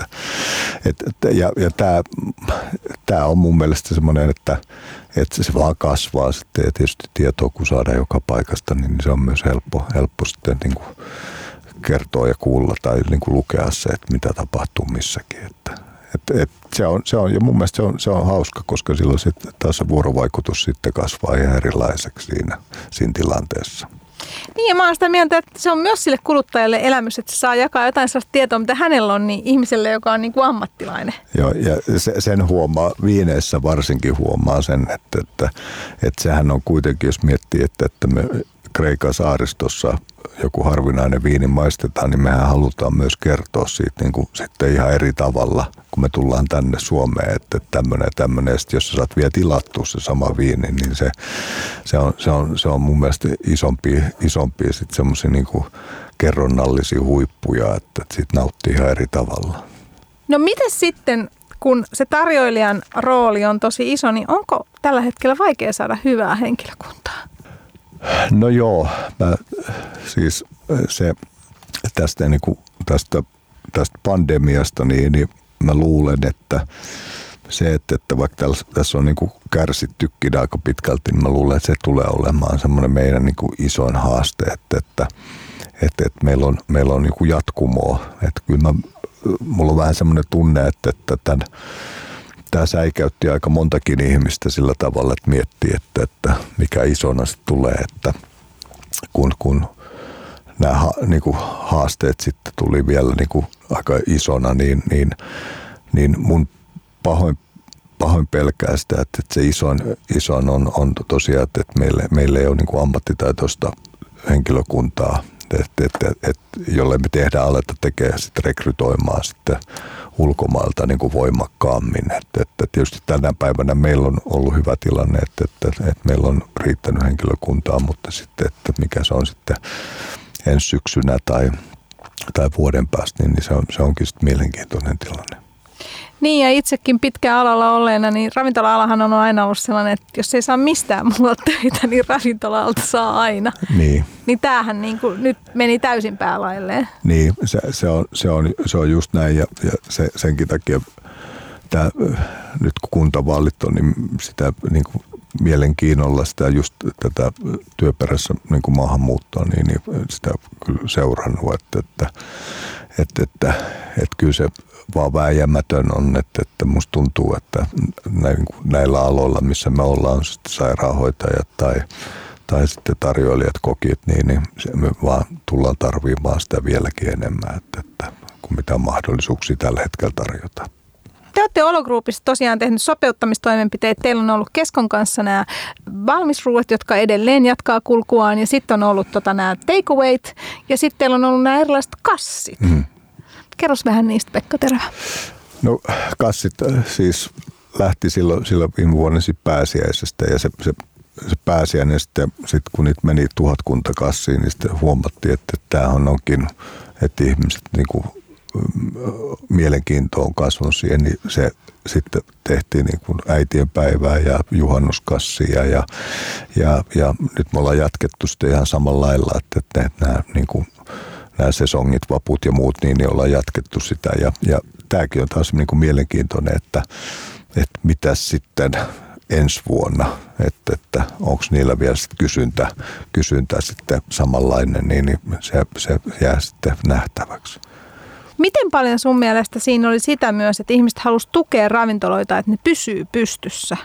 Ja tämä on mun mielestä semmoinen, että se vaan kasvaa sitten ja tietysti tietoa kun saadaan joka paikasta, niin se on myös helppo sitten niin kuin kertoa ja kuulla tai niin kuin lukea se, että mitä tapahtuu missäkin. Se on ja mun mielestä se on hauska, koska silloin sitten taas se vuorovaikutus sitten kasvaa ihan erilaiseksi siinä tilanteessa. Niin ja mä oon sitä mieltä, että se on myös sille kuluttajalle elämys, että se saa jakaa jotain sellaista tietoa, mitä hänellä on, niin ihmiselle, joka on niin kuin ammattilainen. Joo, ja sen huomaa, viineissä varsinkin huomaa sen, että sehän on kuitenkin, jos miettii, että me Kreikan saaristossa joku harvinainen viini maistetaan, niin mehän halutaan myös kertoa siitä niin kuin sitten ihan eri tavalla, kun me tullaan tänne Suomeen, että tämmöinen, ja sitten jos sä saat vielä tilattua se sama viini, niin se on mun mielestä isompia sitten semmoisia niin kuin kerronnallisia huippuja, että siitä nauttii ihan eri tavalla. No miten sitten, kun se tarjoilijan rooli on tosi iso, niin onko tällä hetkellä vaikea saada hyvää henkilökuntaa? No joo, siis se tästä pandemiasta, niin mä luulen, että se, että vaikka tässä on niin kuin kärsittykin aika pitkälti, niin mä luulen, että se tulee olemaan semmoinen meidän niin kuin isoin haaste, että meillä on niin kuin jatkumoa. Että kyllä mulla on vähän semmoinen tunne, että tämä säikäytti aika montakin ihmistä sillä tavalla, että miettii, että mikä isona se tulee, että kun nämä niin kuin haasteet sitten tuli vielä niin kuin aika isona, niin mun pahoin pelkää sitä, että se isoin on tosiaan, että meillä ei ole niin kuin ammattitaitoista henkilökuntaa, jolle me aleta tekemään sitten rekrytoimaan sitten ulkomailta niin kuin voimakkaammin. Että tietysti tänä päivänä meillä on ollut hyvä tilanne, että meillä on riittänyt henkilökuntaa, mutta sitten, että mikä se on sitten ensi syksynä tai vuoden päästä, niin se onkin sitten mielenkiintoinen tilanne. Niin ja itsekin pitkään alalla olleena, niin ravintola-alahan on aina ollut sellainen, että jos ei saa mistään muulla töitä, niin ravintola-alta saa aina. Niin tämähän niin kuin nyt meni täysin päälailleen. Niin, se on just näin ja senkin takia tämä, nyt kun kuntavaalit on, niin sitä niin kuin mielenkiinnolla sitä just tätä työperässä niin kuin maahanmuuttoa, niin sitä kyllä seurannut, että kyllä se vaan vääjäämätön on, että musta tuntuu, että näillä aloilla, missä me ollaan, sitten sairaanhoitajat tai sitten tarjoilijat, kokit, niin me vaan tullaan tarvimaan sitä vieläkin enemmän, että kuin mitä mahdollisuuksia tällä hetkellä tarjotaan. Te olette Olo-Groupissa tosiaan tehnyt sopeuttamistoimenpiteitä. Teillä on ollut Keskon kanssa nämä valmisruuat, jotka edelleen jatkaa kulkuaan. Ja sitten on ollut nämä takeawayt. Ja sitten teillä on ollut nämä erilaiset kassit. Kerros vähän niistä, Pekka Terä. No kassit siis lähti silloin viime vuonna pääsiäisestä. Ja se pääsiäinen sitten kun niitä meni 1000 kassiin, niin sitten huomattiin, että tämähän onkin, että ihmiset niin mielenkiinto on kasvanut siihen, niin se sitten tehtiin niin kuin äitien päivää ja juhannuskassia ja nyt me ollaan jatkettu sitten ihan samalla lailla, että nämä sesongit, vaput ja muut, niin ollaan jatkettu sitä ja tämäkin on taas niin kuin mielenkiintoinen, että mitä sitten ensi vuonna, että onko niillä vielä sit kysyntä sitten samanlainen, niin se jää sitten nähtäväksi. Miten paljon sun mielestä siinä oli sitä myös, että ihmiset halusivat tukea ravintoloita, että ne pysyy pystyssä?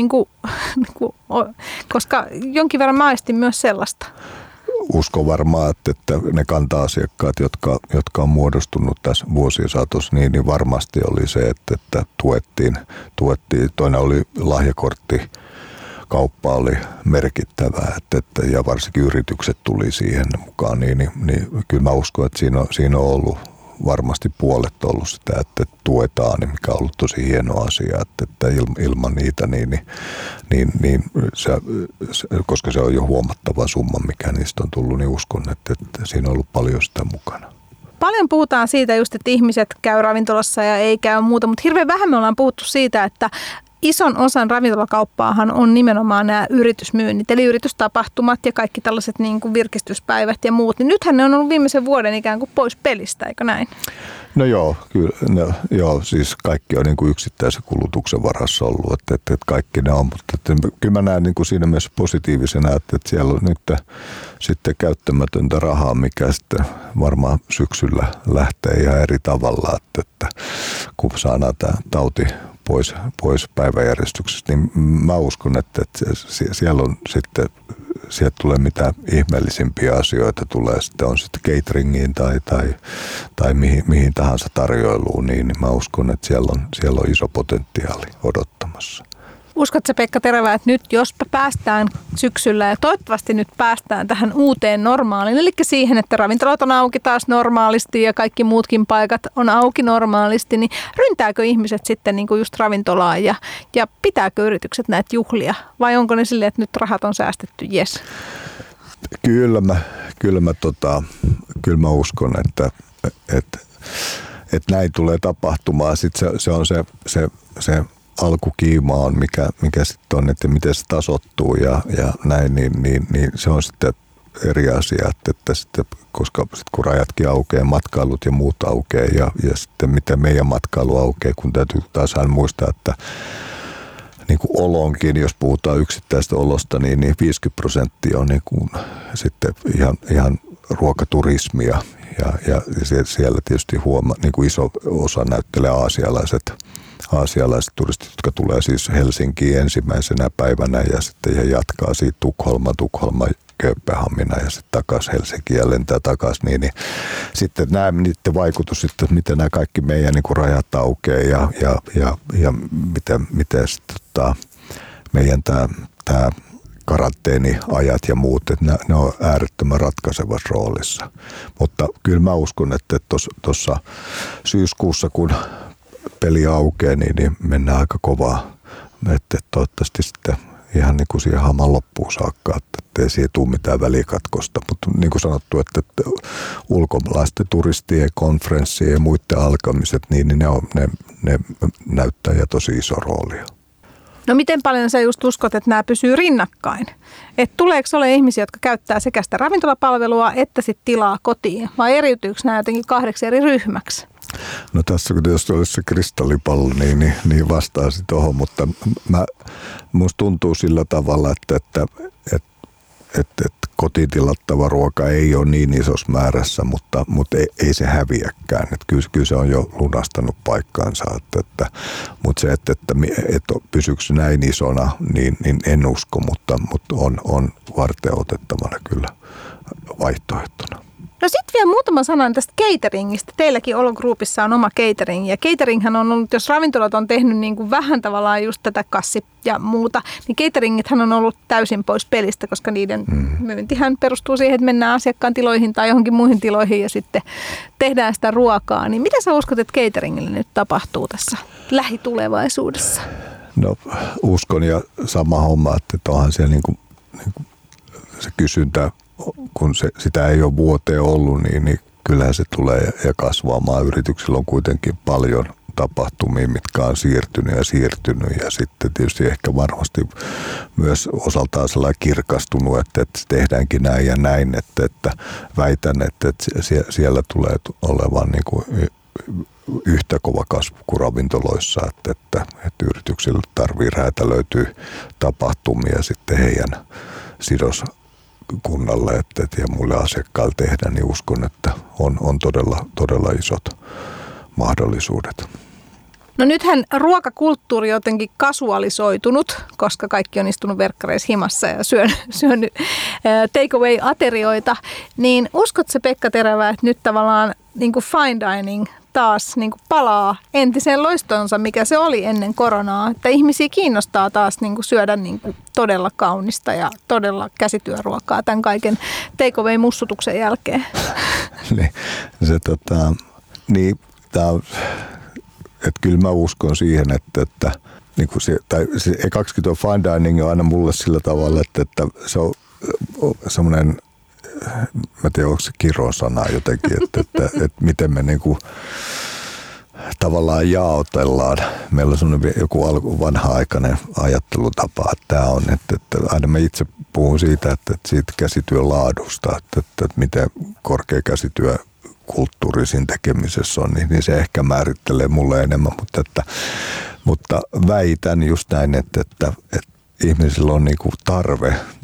Koska jonkin verran maistin myös sellaista. Uskon varmaan, että ne kanta-asiakkaat, jotka on muodostunut tässä vuosien saatossa, niin varmasti oli se, että tuettiin. Toinen oli lahjakortti. Kauppa oli merkittävää, ja varsinkin yritykset tuli siihen mukaan, niin kyllä mä uskon, että siinä on ollut varmasti puolet ollut sitä, että tuetaan, mikä on ollut tosi hieno asia, että ilman niitä, koska se on jo huomattava summa, mikä niistä on tullut, niin uskon, että siinä on ollut paljon sitä mukana. Paljon puhutaan siitä just, että ihmiset käy ravintolassa ja ei käy muuta, mutta hirveän vähän me ollaan puhuttu siitä, että ison osan ravintolakauppaahan on nimenomaan nämä yritysmyynnit, eli yritystapahtumat ja kaikki tällaiset niin kuin virkistyspäivät ja muut. Niin nythän ne on ollut viimeisen vuoden ikään kuin pois pelistä, eikö näin? No joo, kyllä. Siis kaikki on niin kuin yksittäisen kulutuksen varassa ollut, että kaikki ne on. Mutta kyllä mä näen niin kuin siinä myös positiivisena, että siellä on nyt sitten käyttämätöntä rahaa, mikä sitten varmaan syksyllä lähtee ihan eri tavalla, että kun saadaan tämä tauti pois päiväjärjestyksestä, niin mä uskon, että siellä on sitten, sieltä tulee mitä ihmeellisimpiä asioita tulee, sitten on sitten cateringiin tai mihin tahansa tarjoiluun, niin mä uskon, että siellä on iso potentiaali odottamassa. Uskotko Pekka Terevä, että nyt jos päästään syksyllä ja toivottavasti nyt päästään tähän uuteen normaaliin, eli siihen, että ravintolat on auki taas normaalisti ja kaikki muutkin paikat on auki normaalisti, niin ryntääkö ihmiset sitten niin kuin just ravintolaan ja pitääkö yritykset näitä juhlia vai onko ne silleen, että nyt rahat on säästetty, jes? Kyllä mä uskon, että näin tulee tapahtumaan. Sitten se on se alkukiima on, mikä sitten on, että miten se tasoittuu ja näin, niin se on sitten eri asia, että sitten, koska sitten kun rajatkin aukeaa, matkailut ja muut aukeaa ja sitten miten meidän matkailu aukeaa, kun täytyy taas aina muistaa, että niin kuin olonkin, jos puhutaan yksittäistä olosta, niin 50% on niin kuin sitten ihan ruokaturismia ja siellä tietysti niin kuin iso osa näyttelee aasialaiset turistit, jotka tulee siis Helsinkiin ensimmäisenä päivänä ja sitten jatkaa siitä Tukholma, Kööpenhamina ja sitten takaisin Helsinkiin ja lentää takaisin. Niin sitten niiden vaikutus sitten, miten nämä kaikki meidän niin kuin rajat aukeaa ja miten sitten meidän tämä karanteeniajat ja muut, että ne on äärettömän ratkaisevassa roolissa. Mutta kyllä mä uskon, että tuossa syyskuussa, kun peli aukeaa, niin mennään aika kovaa. Että toivottavasti sitten ihan niin kuin siihen haman loppuun saakka, että ei siihen tule mitään välikatkosta. Mutta niin kuin sanottu, että ulkomaalaisten turistien, konferenssien ja muiden alkamiset, niin ne näyttää ja tosi iso roolia. No miten paljon sä just uskot, että nämä pysyy rinnakkain? Että tuleeko ole ihmisiä, jotka käyttää sekä sitä ravintolapalvelua että sit tilaa kotiin? Vai eriytyykö nämä jotenkin 2 eri ryhmäksi? No tässä kun jos olisi se kristallipallo, niin vastaisin tuohon, mutta musta tuntuu sillä tavalla, että kotiin tilattava ruoka ei ole niin isossa määrässä, mutta ei se häviäkään. Että kyllä se on jo lunastanut paikkaansa. Mutta se, että pysyykö se näin isona, niin en usko, mutta on varten otettavana kyllä vaihtoehtona. No sitten vielä muutama sana tästä cateringistä. Teilläkin Olo-groupissa on oma catering. Ja cateringhän on ollut, jos ravintolat on tehnyt niin kuin vähän tavallaan just tätä kassi ja muuta, niin cateringithän on ollut täysin pois pelistä, koska niiden myyntihän perustuu siihen, että mennään asiakkaan tiloihin tai johonkin muihin tiloihin ja sitten tehdään sitä ruokaa. Niin mitä sä uskot, että cateringille nyt tapahtuu tässä lähitulevaisuudessa? No uskon ja sama homma, että onhan siellä niin kuin se kysyntä, kun sitä ei ole vuoteen ollut, niin kyllähän se tulee ja kasvamaan. Yrityksillä on kuitenkin paljon tapahtumia, mitkä on siirtynyt ja sitten tietysti ehkä varmasti myös osaltaan kirkastunut, että tehdäänkin näin ja näin, että väitän, että siellä tulee olevan niin kuin yhtä kova kasvu kuin ravintoloissa, että yrityksillä tarvii räätälöityä tapahtumia sitten heidän sidoskunnalle ja muille asiakkaille tehdä, niin uskon, että on todella isot mahdollisuudet. No nythän ruokakulttuuri on jotenkin kasualisoitunut, koska kaikki on istunut verkkareissa himassa ja syönyt take-away-aterioita. Niin uskotko se, Pekka Terevä, että nyt tavallaan niin kuin fine dining taas niin kuin palaa entiseen loistonsa, mikä se oli ennen koronaa? Että ihmisiä kiinnostaa taas niin kuin syödä niin kuin todella kaunista ja todella käsityöruokaa tämän kaiken take-away-mussutuksen jälkeen. Niin, tämä on... Että kyllä mä uskon siihen, että niin kuin se 20 fine dining on aina mulle sillä tavalla, että se on semmoinen, mä tiedän, onko se kirosana jotenkin, että miten me niin kuin tavallaan jaotellaan. Meillä on semmoinen joku vanha-aikainen ajattelutapa, että tämä on, että aina mä itse puhun siitä, että siitä käsityön laadusta, että miten korkea käsityö kulttuuri siinä tekemisessä on, niin se ehkä määrittelee mulle enemmän, mutta väitän just näin, että ihmisillä on niinku tarve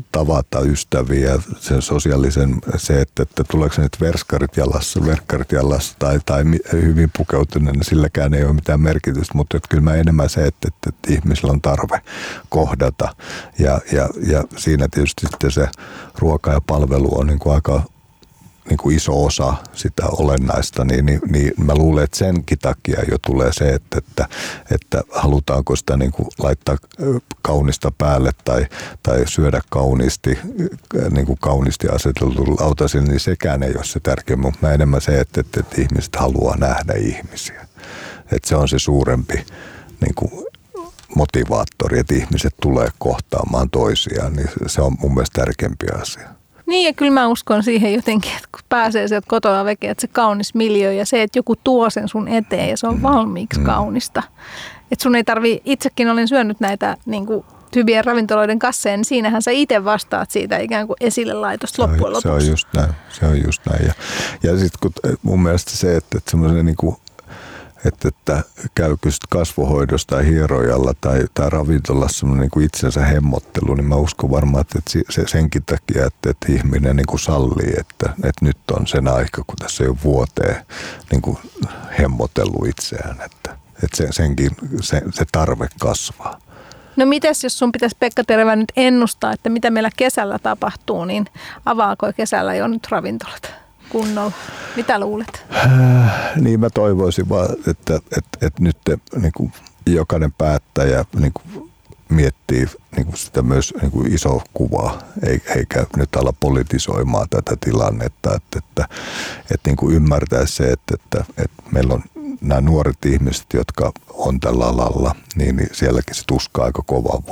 tavata ystäviä, sen sosiaalisen, se, että tuleeko se nyt verkkarit jalassa tai hyvin pukeutuneena, silläkään ei ole mitään merkitystä, mutta että kyllä mä enemmän se, että ihmisillä on tarve kohdata ja siinä tietysti sitten se ruoka ja palvelu on niin kuin aika niin kuin iso osa sitä olennaista, niin mä luulen, että senkin takia jo tulee se, että halutaanko sitä niin kuin laittaa kaunista päälle tai syödä kauniisti, niin kuin kauniisti aseteltu lautasille, niin sekään ei ole se tärkeä, mutta mä enemmän se, että ihmiset haluaa nähdä ihmisiä. Että se on se suurempi niin kuin motivaattori, että ihmiset tulee kohtaamaan toisiaan, niin se on mun mielestä tärkeämpi asia. Niin ja kyllä mä uskon siihen jotenkin, että kun pääsee sieltä kotona vekeen, että se kaunis miljöö ja se, että joku tuo sen sun eteen ja se on valmiiksi kaunista. Että sun ei tarvii, itsekin olen syönyt näitä niin kuin hyvien ravintoloiden kasseja, niin siinähän sä itse vastaat siitä ikään kuin esille laitosta loppujen lopuksi. Se on just näin. Ja sitten kun mun mielestä se, että semmoinen niin kuin että käykö kasvohoidosta tai hierojalla tai ravintolassa semmoinen niin kuin itsensä hemmottelu, niin mä uskon varmaan, että senkin takia, että ihminen niin kuin sallii, että nyt on sen aika, kun tässä ei ole vuoteen niin kuin hemmotellut itseään, että se tarve kasvaa. No mites, jos sun pitäisi Pekka Terevä nyt ennustaa, että mitä meillä kesällä tapahtuu, niin avaako kesällä jo nyt ravintolat kunnolla? Mitä luulet? Niin mä toivoisin vaan, että nyt niin kuin jokainen päättäjä niin kuin miettii niin kuin sitä myös niin kuin iso kuvaa, eikä nyt ala politisoimaan tätä tilannetta, että niin kuin ymmärtäisi se, että meillä on nämä nuoret ihmiset, jotka on tällä alalla, niin sielläkin se tuskaa aika kovaa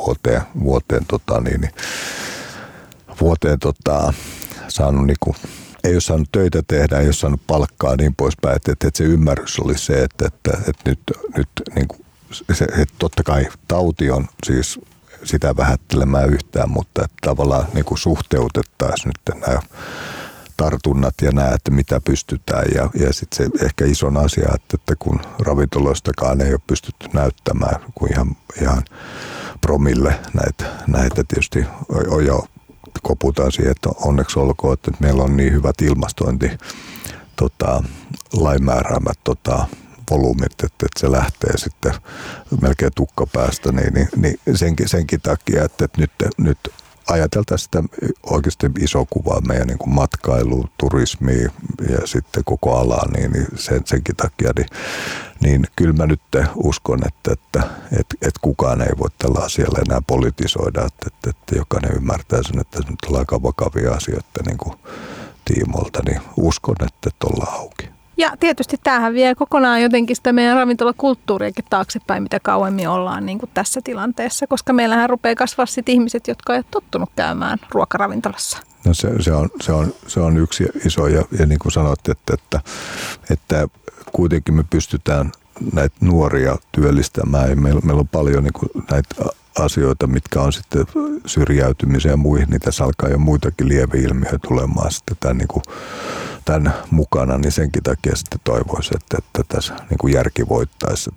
vuoteen saanut niin kuin, ei ole saanut töitä tehdä, ei ole saanut palkkaa niin poispäin, että se ymmärrys oli se, että nyt niin kuin että totta kai tauti on siis sitä vähättelemään yhtään, mutta että tavallaan niin kuin suhteutettaisiin nyt nämä tartunnat ja nämä, että mitä pystytään ja sitten se ehkä ison asia, että kun ravintoloistakaan ei ole pystytty näyttämään, kun ihan promille näitä tietysti on jo koputaan siihen, että onneksi olkoon, että meillä on niin hyvät ilmastointi lainmääräämät volyymit, että se lähtee sitten melkein tukkapäästä, niin senkin takia, että nyt ajateltaisiin sitä oikeasti iso kuvaa meidän niin kuin matkailu, turismi ja sitten koko ala, niin senkin takia, niin kyllä mä nyt uskon, että kukaan ei voi tällä asialla enää politisoida, että jokainen ymmärtää sen, että se nyt on aika vakavia asioita niin kuin tiimolta, niin uskon, että ollaan auki. Ja tietysti tämähän vie kokonaan jotenkin sitä meidän ravintolakulttuuriakin taaksepäin, mitä kauemmin ollaan niin kuin tässä tilanteessa, koska meillähän rupeaa kasvaa sit ihmiset, jotka ei ole tottunut käymään ruokaravintolassa. No se on yksi iso ja niin kuin sanoit, että kuitenkin me pystytään näitä nuoria työllistämään ja meillä on paljon niin kuin näitä asioita, mitkä on sitten syrjäytymiseen ja muihin, niin tässä alkaa jo muitakin lieveilmiöitä tulemaan sitten tämän mukana, niin senkin takia sitten toivoisin, että tässä niin kuin järki voittaisi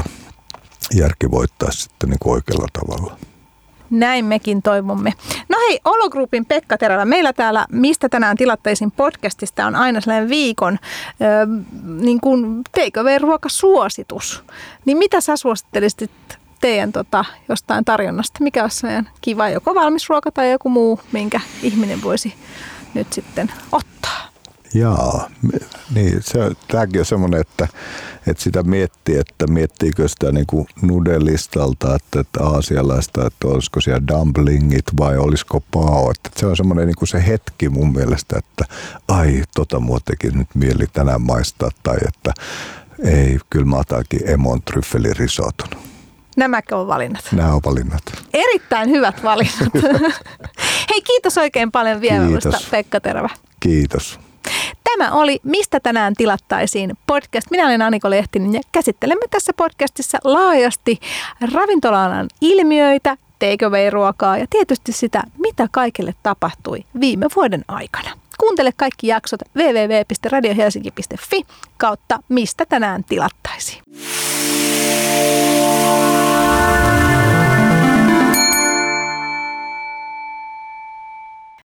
sitten niin kuin oikealla tavalla. Näin mekin toivomme. No hei, Olo-Groupin Pekka Terevä, meillä täällä Mistä tänään tilattaisiin podcastista on aina sellainen viikon niin kuin take away -ruokasuositus. Niin mitä sä suosittelisit teidän jostain tarjonnasta? Mikä olisi sellainen kiva, joko valmis ruoka tai joku muu, minkä ihminen voisi nyt sitten ottaa? Jaa, niin tämäkin on semmoinen, että sitä miettii, että miettiikö sitä niin kuin nudelistalta, että aasialaista, että olisiko siellä dumplingit vai olisiko pao. Että se on semmoinen niin kuin se hetki mun mielestä, että mua teki nyt mieli tänään maistaa tai että ei, kyllä mä otankin Emon tryffelirisotton. Nämäkö on valinnat? Nämä on valinnat. Erittäin hyvät valinnat. Hei, kiitos oikein paljon vierailusta, Pekka Terevä. Kiitos. Tämä oli Mistä tänään tilattaisiin podcast. Minä olen Aniko Lehtinen ja käsittelemme tässä podcastissa laajasti ravintola-alan ilmiöitä, take away-ruokaa ja tietysti sitä, mitä kaikille tapahtui viime vuoden aikana. Kuuntele kaikki jaksot www.radiohelsinki.fi/Mistä tänään tilattaisiin.